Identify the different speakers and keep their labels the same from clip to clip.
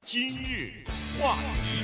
Speaker 1: 今日话题，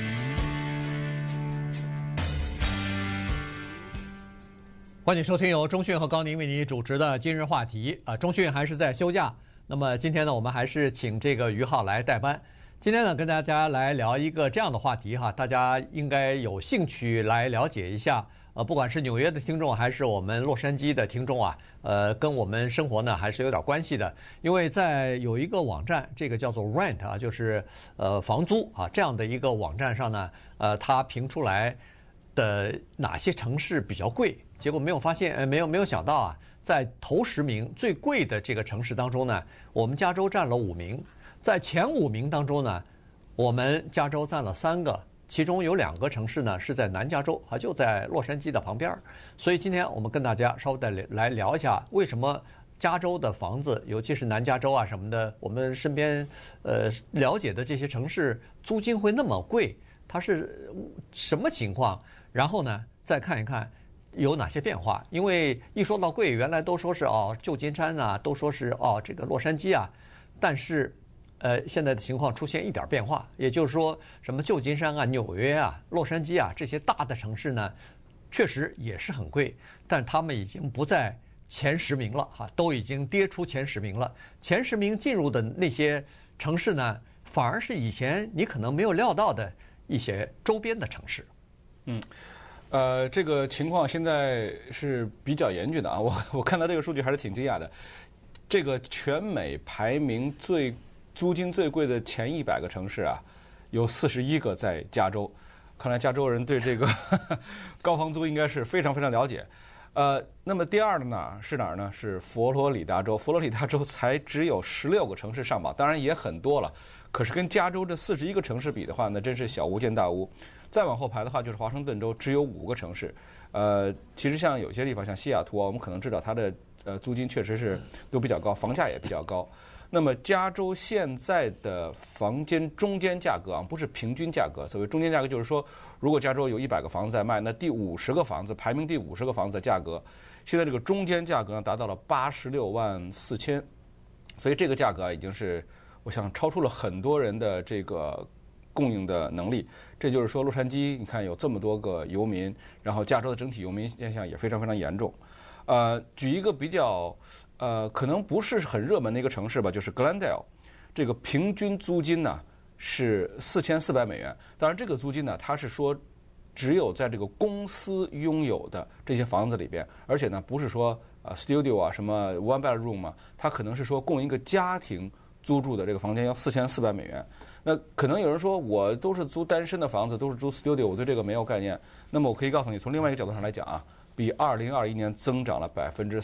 Speaker 2: 欢迎收听由钟讯和高宁为你主持的今日话题啊。钟讯还是在休假，那么今天呢，我们还是请这个于浩来代班。今天呢，跟大家来聊一个这样的话题哈，大家应该有兴趣来了解一下。不管是纽约的听众还是我们洛杉矶的听众啊，跟我们生活呢还是有点关系的。因为在有一个网站，这个叫做 Rent 啊，就是房租啊这样的一个网站上呢，它评出来的哪些城市比较贵，结果没有想到啊，在头10名最贵的这个城市当中呢，我们加州占了5名，在前5名当中呢，我们加州占了3个。其中有2个城市呢是在南加州啊，就在洛杉矶的旁边。所以今天我们跟大家稍微的来聊一下，为什么加州的房子，尤其是南加州啊什么的，我们身边了解的这些城市租金会那么贵，它是什么情况？然后呢，再看一看有哪些变化。因为一说到贵，原来都说是旧金山啊，都说是这个洛杉矶啊，但是现在的情况出现一点变化，也就是说，什么旧金山啊、纽约啊、洛杉矶啊这些大的城市呢，确实也是很贵，但他们已经不在前10名了哈，都已经跌出前10名了。前10名进入的那些城市呢，反而是以前你可能没有料到的一些周边的城市。
Speaker 3: 这个情况现在是比较严峻的啊，我看到这个数据还是挺惊讶的。这个全美排名租金最贵的前100个城市啊，有41个在加州。看来加州人对这个高房租应该是非常非常了解。那么第二的呢是哪儿呢？是佛罗里达州。佛罗里达州才只有16个城市上榜，当然也很多了。可是跟加州这41个城市比的话呢，真是小巫见大巫。再往后排的话，就是华盛顿州只有5个城市。其实像有些地方，像西雅图啊，我们可能知道它的租金确实是都比较高，房价也比较高。那么加州现在的房间中间价格啊，不是平均价格。所谓中间价格，就是说，如果加州有100个房子在卖，那第50个房子，排名第50个房子的价格，现在这个中间价格呢达到了86.4万，所以这个价格啊，已经是我想超出了很多人的这个供应的能力。这就是说，洛杉矶你看有这么多个游民，然后加州的整体游民现象也非常非常严重。举一个比较可能不是很热门的一个城市吧，就是 Glendale， 这个平均租金呢是$4400。当然，这个租金呢，它是说只有在这个公司拥有的这些房子里边，而且呢不是说studio 啊什么 one bedroom 嘛，它可能是说供一个家庭租住的这个房间要$4400。那可能有人说，我都是租单身的房子，都是租 studio， 我对这个没有概念。那么我可以告诉你，从另外一个角度上来讲啊，比2021年增长了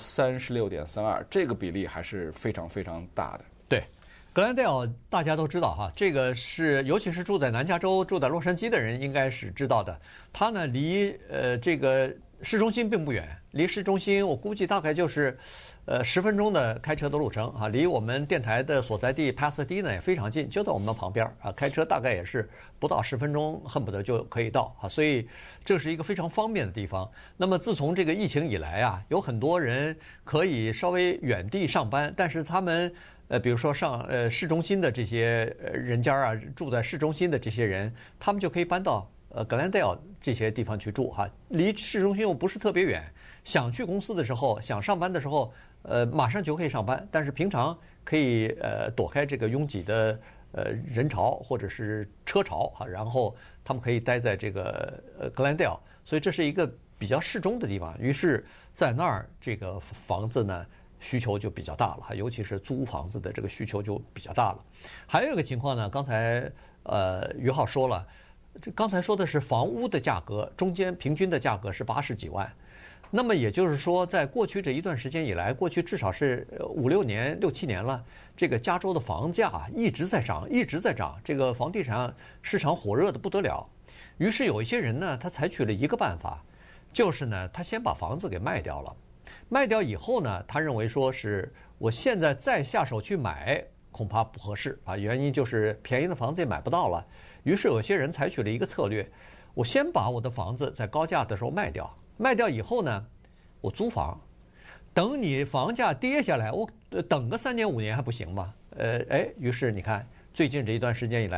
Speaker 3: 36.32%，这个比例还是非常非常大的。
Speaker 2: 对，格兰戴尔大家都知道哈，这个是尤其是住在南加州、住在洛杉矶的人应该是知道的。它呢离这个市中心并不远，离市中心我估计大概就是10分钟的开车的路程啊，离我们电台的所在地帕萨迪呢也非常近，就在我们旁边啊，开车大概也是不到10分钟，恨不得就可以到啊，所以这是一个非常方便的地方。那么自从这个疫情以来啊，有很多人可以稍微远地上班，但是他们比如说市中心的这些人家啊，住在市中心的这些人，他们就可以搬到格兰戴尔这些地方去住哈，离市中心又不是特别远，想去公司的时候，想上班的时候，马上就可以上班。但是平常可以躲开这个拥挤的人潮或者是车潮哈，然后他们可以待在这个格兰戴尔，所以这是一个比较适中的地方。于是，在那儿这个房子呢，需求就比较大了，尤其是租房子的这个需求就比较大了。还有一个情况呢，刚才于浩说了。刚才说的是房屋的价格，中间平均的价格是80几万。那么也就是说，在过去这一段时间以来，过去至少是5、6年、6、7年了，这个加州的房价一直在涨，一直在涨，这个房地产市场火热的不得了。于是有一些人呢，他采取了一个办法，就是呢，他先把房子给卖掉了。卖掉以后呢，他认为说是我现在再下手去买，恐怕不合适啊，原因就是便宜的房子也买不到了。于是有些人采取了一个策略，我先把我的房子在高价的时候卖掉，卖掉以后呢，我租房，等你房价跌下来，我等个3年5年还不行吗？于是你看最近这一段时间以来，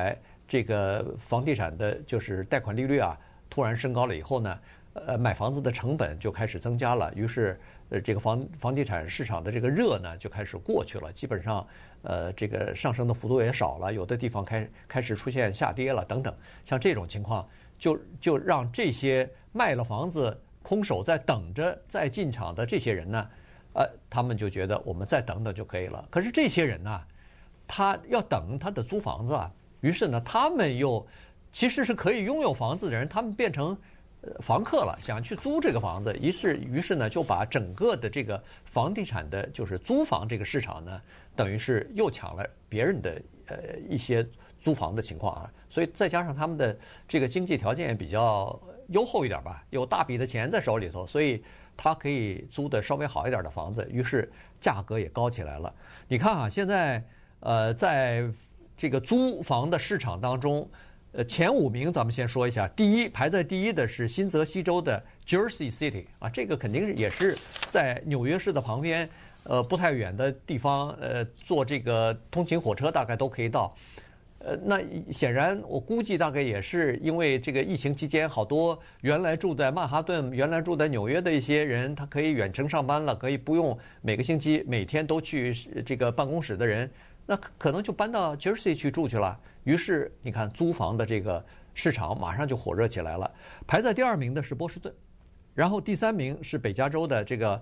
Speaker 2: 这个房地产的就是贷款利率啊突然升高了以后呢，买房子的成本就开始增加了，于是这个房地产市场的这个热呢就开始过去了，基本上这个上升的幅度也少了，有的地方开始出现下跌了等等，像这种情况就让这些卖了房子空手在等着再进场的这些人呢，他们就觉得我们再等等就可以了。可是这些人呢，他要等他的租房子啊，于是呢，他们又其实是可以拥有房子的人，他们变成房客了，想去租这个房子，于是呢，就把整个的这个房地产的就是租房这个市场呢，等于是又抢了别人的一些租房的情况啊，所以再加上他们的这个经济条件也比较优厚一点吧，有大笔的钱在手里头，所以他可以租的稍微好一点的房子，于是价格也高起来了。你看啊，现在在这个租房的市场当中，前5名咱们先说一下，排在第一的是新泽西州的 Jersey City 啊，这个肯定也是在纽约市的旁边，不太远的地方，坐这个通勤火车大概都可以到。那显然我估计大概也是因为这个疫情期间，好多原来住在曼哈顿、原来住在纽约的一些人，他可以远程上班了，可以不用每个星期每天都去这个办公室的人，那可能就搬到 Jersey 去住去了。于是你看租房的这个市场马上就火热起来了。排在第2名的是波士顿，然后第3名是北加州的这个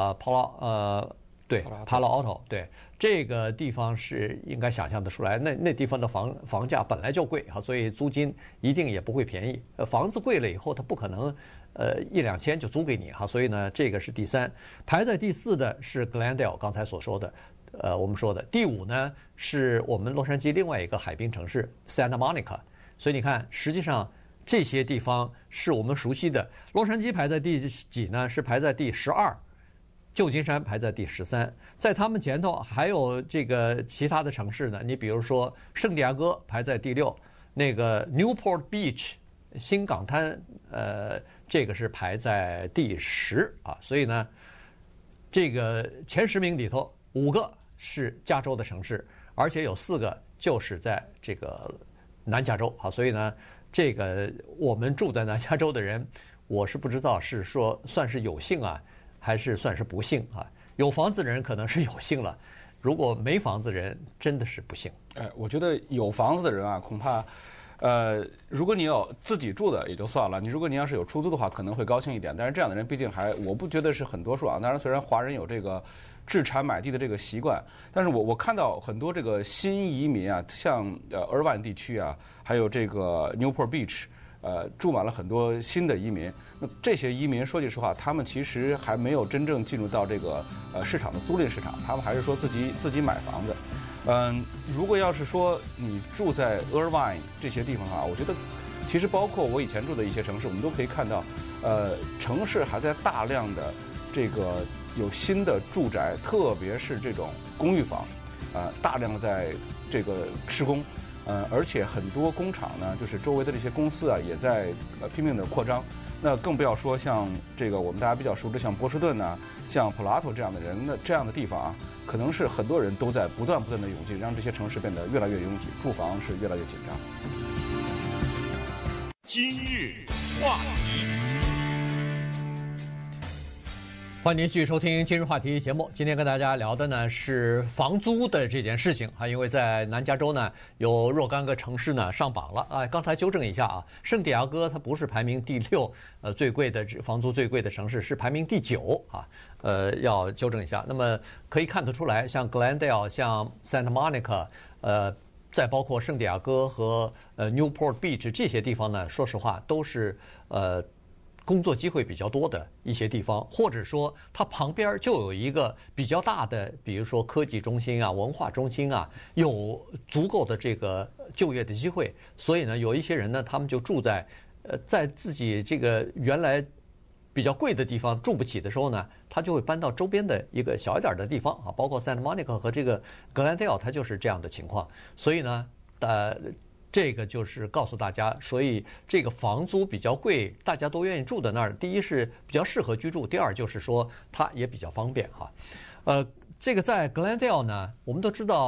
Speaker 2: Palo Alto， 对，这个地方是应该想象得出来，那地方的房价本来就贵哈，所以租金一定也不会便宜。房子贵了以后，它不可能1-2千就租给你哈，所以呢，这个是第3。排在第4的是 Glendale， 刚才所说的，我们说的。第5呢是我们洛杉矶另外一个海滨城市 Santa Monica， 所以你看，实际上这些地方是我们熟悉的。洛杉矶排在第几呢？是排在第12。旧金山排在第13，在他们前头还有这个其他的城市呢。你比如说圣地亚哥排在第6，那个 Newport Beach 新港滩，这个是排在第10啊。所以呢，这个前10名里头5个是加州的城市，而且有4个就是在这个南加州啊。所以呢，这个我们住在南加州的人，我是不知道是说算是有幸啊，还是算是不幸啊？有房子的人可能是有幸了，如果没房子的人真的是不幸。
Speaker 3: 我觉得有房子的人啊，恐怕，如果你有自己住的也就算了，如果你要是有出租的话，可能会高兴一点。但是这样的人毕竟我不觉得是很多数啊。当然，虽然华人有这个置产买地的这个习惯，但是我看到很多这个新移民啊，像Irvine 地区啊，还有这个 Newport Beach。住满了很多新的移民，那这些移民说句实话，他们其实还没有真正进入到这个市场的租赁市场，他们还是说自己买房子。如果要是说你住在 Irvine 这些地方啊，我觉得其实包括我以前住的一些城市，我们都可以看到，城市还在大量的这个有新的住宅，特别是这种公寓房，大量的在这个施工。而且很多工厂呢，就是周围的这些公司啊，也在拼命的扩张。那更不要说像这个我们大家比较熟知，像波士顿呐，像普拉托这样的地方啊，可能是很多人都在不断的涌进，让这些城市变得越来越拥挤，住房是越来越紧张。
Speaker 1: 今日话题。
Speaker 2: 欢迎您继续收听今日话题节目。今天跟大家聊的呢是房租的这件事情啊，因为在南加州呢有若干个城市呢上榜了啊。刚才纠正一下啊，圣地亚哥它不是排名第6，最贵的房租最贵的城市是排名第9啊。要纠正一下。那么可以看得出来，像 Glendale、像 Santa Monica，再包括圣地亚哥和Newport Beach 这些地方呢，说实话都是工作机会比较多的一些地方，或者说它旁边就有一个比较大的，比如说科技中心啊、文化中心啊，有足够的这个就业的机会。所以呢，有一些人呢，他们就住在在自己这个原来比较贵的地方住不起的时候呢，他就会搬到周边的一个小一点的地方啊，包括 Santa Monica 和这个 Glendale， 它就是这样的情况。所以呢，这个就是告诉大家，所以这个房租比较贵，大家都愿意住在那儿。第一是比较适合居住，第二就是说它也比较方便哈。这个在 Glendale 呢，我们都知道，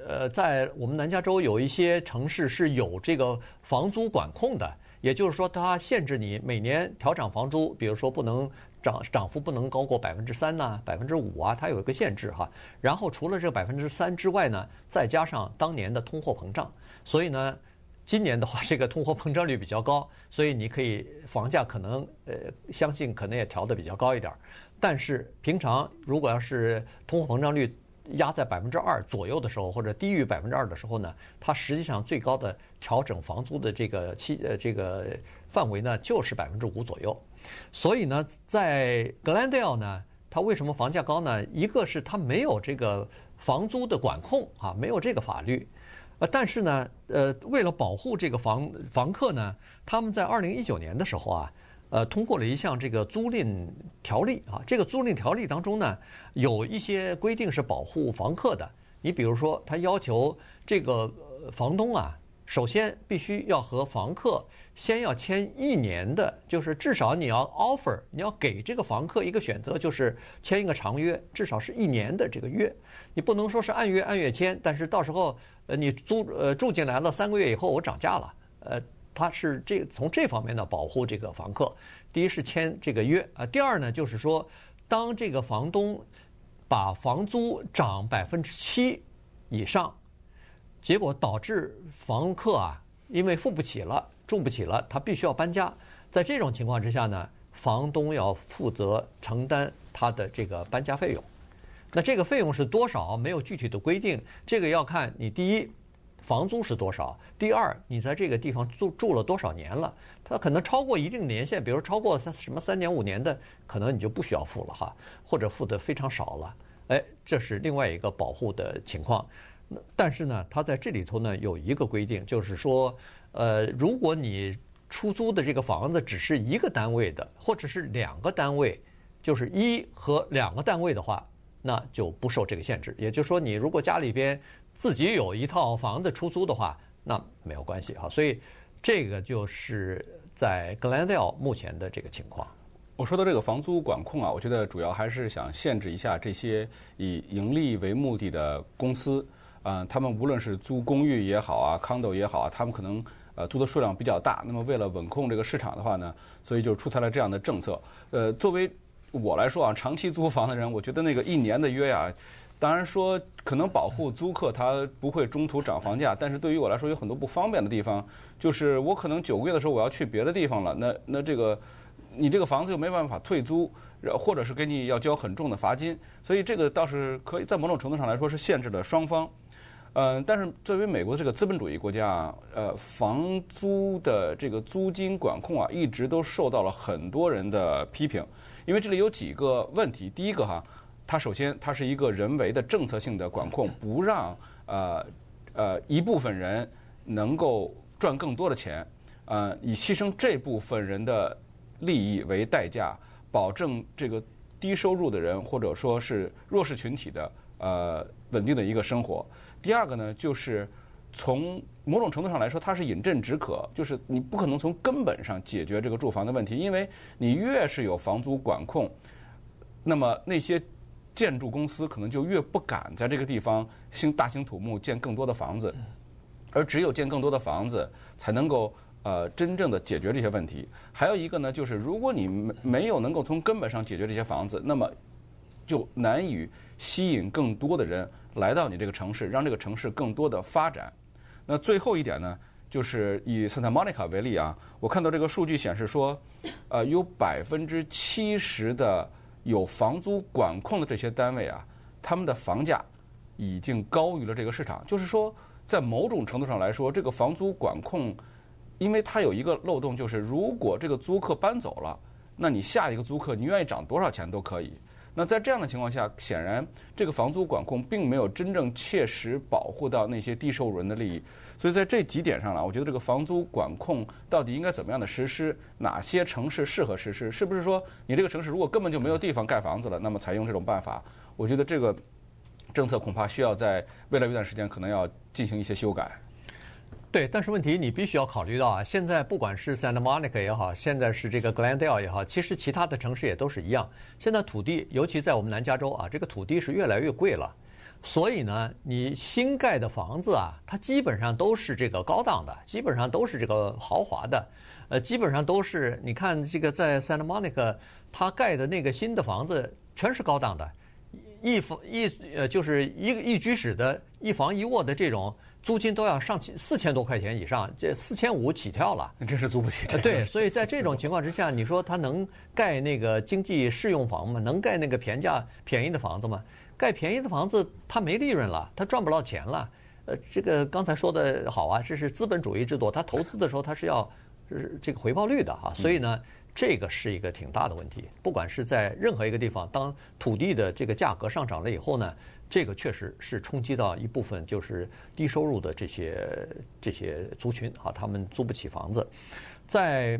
Speaker 2: 在我们南加州有一些城市是有这个房租管控的，也就是说，它限制你每年调涨房租，比如说不能涨幅不能高过3%呐、5%啊，它有一个限制哈。然后除了这3%之外呢，再加上当年的通货膨胀，所以呢，今年的话，这个通货膨胀率比较高，所以你可以房价可能相信可能也调得比较高一点。但是平常如果要是通货膨胀率压在2%左右的时候，或者低于2%的时候呢，它实际上最高的调整房租的这个范围呢，就是5%左右。所以呢，在 Glendale 呢，它为什么房价高呢？一个是它没有这个房租的管控啊，没有这个法律。但是呢，为了保护这个房客呢，他们在2019年的时候啊，通过了一项这个租赁条例啊。这个租赁条例当中呢，有一些规定是保护房客的。你比如说，他要求这个房东啊，首先必须要和房客先要签1年的，就是至少你要 offer， 你要给这个房客一个选择，就是签一个长约，至少是1年的这个约。你不能说是按月签，但是到时候你住进来了3个月以后我涨价了，它是从这方面呢保护这个房客。第一是签这个约啊，第二呢就是说，当这个房东把房租涨7%以上，结果导致房客啊因为付不起了、住不起了，他必须要搬家。在这种情况之下呢，房东要负责承担他的这个搬家费用。那这个费用是多少？没有具体的规定，这个要看你第一，房租是多少；第二，你在这个地方住了多少年了。它可能超过一定年限，比如超过3年5年的，可能你就不需要付了哈，或者付的非常少了。这是另外一个保护的情况。但是呢，它在这里头呢有一个规定，就是说，如果你出租的这个房子只是一个单位的，或者是2个单位，就是1和2个单位的话，那就不受这个限制。也就是说，你如果家里边自己有一套房子出租的话，那没有关系哈。所以这个就是在 Glendale 目前的这个情况。
Speaker 3: 我说到这个房租管控啊，我觉得主要还是想限制一下这些以盈利为目的的公司。他们无论是租公寓也好啊，condo 也好啊，他们可能租的数量比较大。那么为了稳控这个市场的话呢，所以就出台了这样的政策。作为我来说啊，长期租房的人，我觉得那个1年的约啊，当然说可能保护租客他不会中途涨房价，但是对于我来说有很多不方便的地方，就是我可能9个月的时候我要去别的地方了，那这个你这个房子又没办法退租，或者是给你要交很重的罚金，所以这个倒是可以在某种程度上来说是限制了双方。但是作为美国这个资本主义国家啊，房租的这个租金管控啊，一直都受到了很多人的批评，因为这里有几个问题。第一个哈，它首先它是一个人为的政策性的管控，不让一部分人能够赚更多的钱，以牺牲这部分人的利益为代价，保证这个低收入的人或者说是弱势群体的稳定的一个生活。第二个呢，就是从某种程度上来说，它是饮鸩止渴，就是你不可能从根本上解决这个住房的问题，因为你越是有房租管控，那么那些建筑公司可能就越不敢在这个地方大兴土木建更多的房子，而只有建更多的房子才能够真正的解决这些问题。还有一个呢，就是如果你没有能够从根本上解决这些房子，那么就难以吸引更多的人来到你这个城市，让这个城市更多的发展。那最后一点呢，就是以 Santa Monica 为例啊，我看到这个数据显示说，有70%的有房租管控的这些单位啊，他们的房价已经高于了这个市场。就是说，在某种程度上来说，这个房租管控，因为它有一个漏洞，就是如果这个租客搬走了，那你下一个租客你愿意涨多少钱都可以。那在这样的情况下，显然这个房租管控并没有真正切实保护到那些低收入人的利益。所以在这几点上呢，我觉得这个房租管控到底应该怎么样的实施，哪些城市适合实施，是不是说你这个城市如果根本就没有地方盖房子了，那么采用这种办法，我觉得这个政策恐怕需要在未来一段时间可能要进行一些修改。
Speaker 2: 对，但是问题你必须要考虑到啊，现在不管是 Santa Monica 也好，现在是这个 Glendale 也好，其实其他的城市也都是一样。现在土地，尤其在我们南加州啊，这个土地是越来越贵了。 所以呢，你新盖的房子啊，它基本上都是这个高档的，基本上都是这个豪华的，基本上都是你看这个在 Santa Monica 它盖的那个新的房子全是高档的，就是一居室的一房一卧的这种租金都要上4000多块钱以上，这4500起跳了，
Speaker 3: 真是租不起。
Speaker 2: 对，所以在这种情况之下，你说他能盖那个经济适用房吗？能盖那个便宜的房子吗？盖便宜的房子，他没利润了，他赚不到钱了。这个刚才说的好啊，这是资本主义制度，他投资的时候他是要这个回报率的哈，所以呢，这个是一个挺大的问题。不管是在任何一个地方，当土地的这个价格上涨了以后呢，这个确实是冲击到一部分就是低收入的这些族群啊，他们租不起房子。在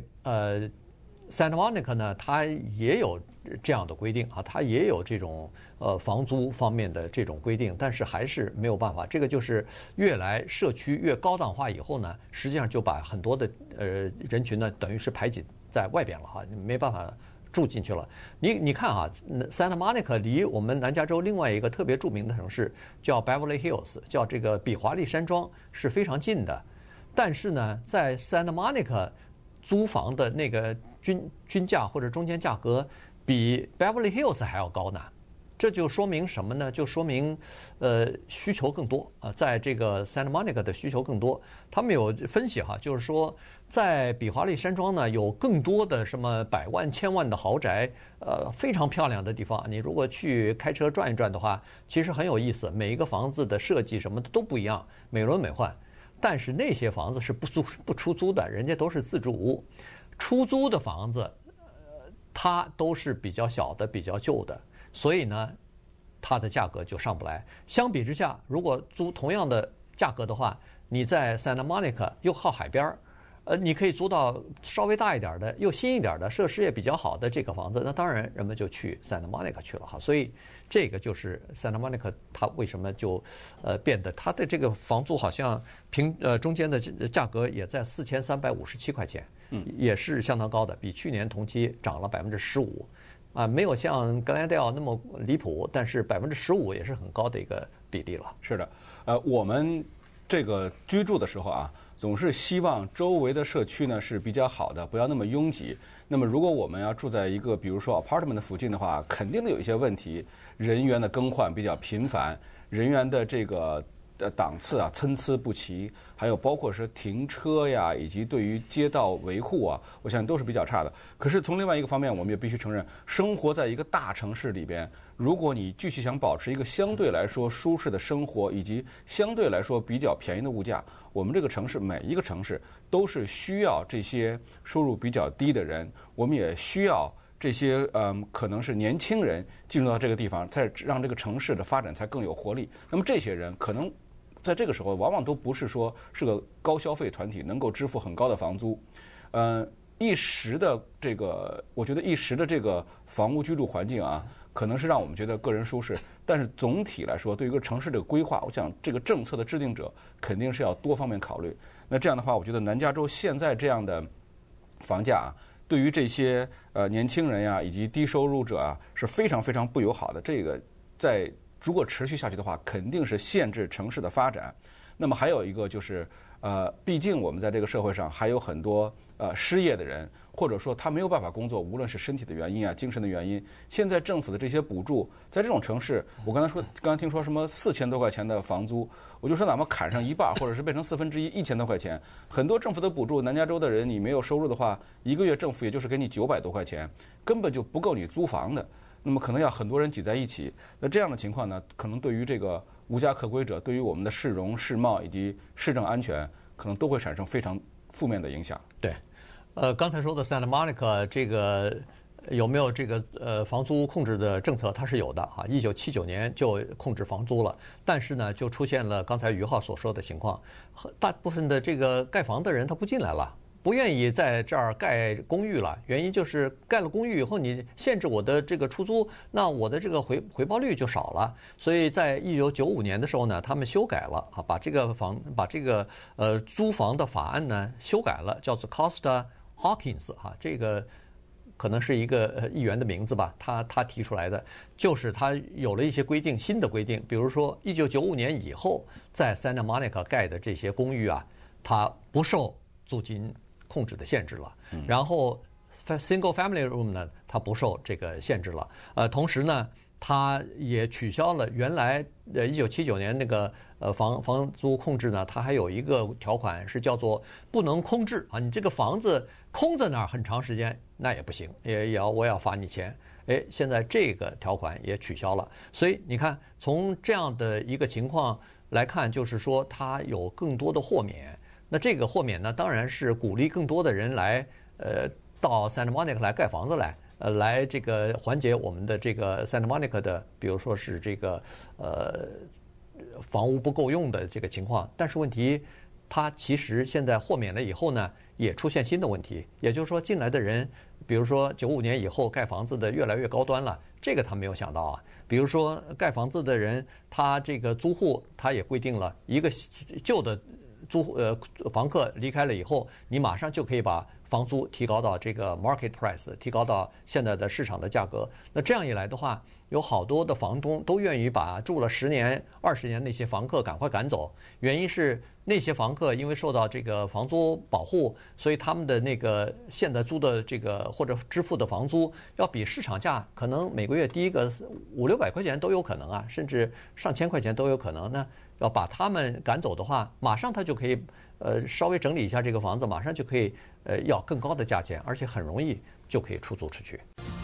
Speaker 2: Santa Monica 呢，它也有这样的规定啊，它也有这种房租方面的这种规定，但是还是没有办法。这个就是越来社区越高档化以后呢，实际上就把很多的人群呢，等于是排挤在外边了哈，没办法住进去了。你看啊，Santa Monica 离我们南加州另外一个特别著名的城市叫 Beverly Hills， 叫这个比华利山庄是非常近的，但是呢，在 Santa Monica 租房的那个均价或者中间价格比 Beverly Hills 还要高呢，这就说明什么呢？就说明需求更多啊，在这个 Santa Monica 的需求更多。他们有分析哈，就是说在比华利山庄呢，有更多的什么百万、千万的豪宅，非常漂亮的地方。你如果去开车转一转的话，其实很有意思，每一个房子的设计什么的都不一样，美轮美奂。但是那些房子是不出租的，人家都是自住屋。出租的房子，它都是比较小的、比较旧的，所以呢，它的价格就上不来。相比之下，如果租同样的价格的话，你在 Santa Monica 又靠海边儿，你可以租到稍微大一点的、又新一点的、设施也比较好的这个房子，那当然人们就去 Santa Monica 去了哈。所以这个就是 Santa Monica 它为什么就变得它的这个房租好像中间的价格也在4357块钱，也是相当高的，比去年同期涨了15%，啊，没有像格兰戴尔那么离谱，但是15%也是很高的一个比例了。
Speaker 3: 是的，我们这个居住的时候啊，总是希望周围的社区呢是比较好的，不要那么拥挤。那么如果我们要住在一个比如说 apartment 的附近的话，肯定的有一些问题，人员的更换比较频繁，人员的这个档次啊参差不齐，还有包括是停车呀，以及对于街道维护啊，我想都是比较差的。可是从另外一个方面，我们也必须承认，生活在一个大城市里边，如果你继续想保持一个相对来说舒适的生活，以及相对来说比较便宜的物价，我们这个城市每一个城市都是需要这些收入比较低的人，我们也需要这些可能是年轻人进入到这个地方，再让这个城市的发展才更有活力。那么这些人可能在这个时候往往都不是说是个高消费团体，能够支付很高的房租。一时的这个，我觉得一时的这个房屋居住环境啊，可能是让我们觉得个人舒适，但是总体来说，对于一个城市这个规划，我想这个政策的制定者肯定是要多方面考虑。那这样的话，我觉得南加州现在这样的房价啊，对于这些年轻人呀以及低收入者啊是非常非常不友好的。这个如果持续下去的话，肯定是限制城市的发展。那么还有一个就是，毕竟我们在这个社会上还有很多失业的人，或者说他没有办法工作，无论是身体的原因啊、精神的原因。现在政府的这些补助，在这种城市，我刚才听说什么4000多块钱的房租，我就说哪怕砍上一半，或者是变成1/4，1000多块钱，很多政府的补助，南加州的人你没有收入的话，一个月政府也就是给你900多块钱，根本就不够你租房的。那么可能要很多人挤在一起，那这样的情况呢，可能对于这个无家可归者，对于我们的市容、市貌以及市政安全，可能都会产生非常负面的影响。
Speaker 2: 对，刚才说的 Santa Monica 这个有没有这个房租控制的政策？它是有的啊，1979年就控制房租了，但是呢，就出现了刚才于浩所说的情况，大部分的这个盖房的人他不进来了。不愿意在这儿盖公寓了，原因就是盖了公寓以后，你限制我的这个出租，那我的这个回报率就少了。所以在1995年的时候呢，他们修改了啊，把这个租房的法案呢修改了，叫做 Costa Hawkins 哈，这个可能是一个议员的名字吧，他提出来的，就是他有了一些规定，新的规定，比如说1995年以后在 Santa Monica 盖的这些公寓啊，它不受租金控制的限制了。然后 single family room 呢，它不受这个限制了。同时呢，它也取消了原来1979年那个房租控制呢，它还有一个条款是叫做不能空置啊，你这个房子空在那儿很长时间那也不行，我要罚你钱。现在这个条款也取消了，所以你看从这样的一个情况来看，就是说它有更多的豁免。那这个豁免呢，当然是鼓励更多的人来到 Santa Monica 来盖房子来这个缓解我们的这个 Santa Monica 的，比如说是这个房屋不够用的这个情况。但是问题，它其实现在豁免了以后呢，也出现新的问题。也就是说，进来的人，比如说95年以后盖房子的越来越高端了，这个他没有想到啊。比如说盖房子的人，他这个租户他也规定了一个旧的房客离开了以后，你马上就可以把房租提高到这个 market price， 提高到现在的市场的价格。那这样一来的话，有好多的房东都愿意把住了10年、20年那些房客赶快赶走。原因是那些房客因为受到这个房租保护，所以他们的那个现在租的这个或者支付的房租要比市场价可能每个月低个500-600块钱都有可能啊，甚至上千块钱都有可能呢。要把他们赶走的话，马上他就可以稍微整理一下这个房子，马上就可以要更高的价钱，而且很容易就可以出租出去。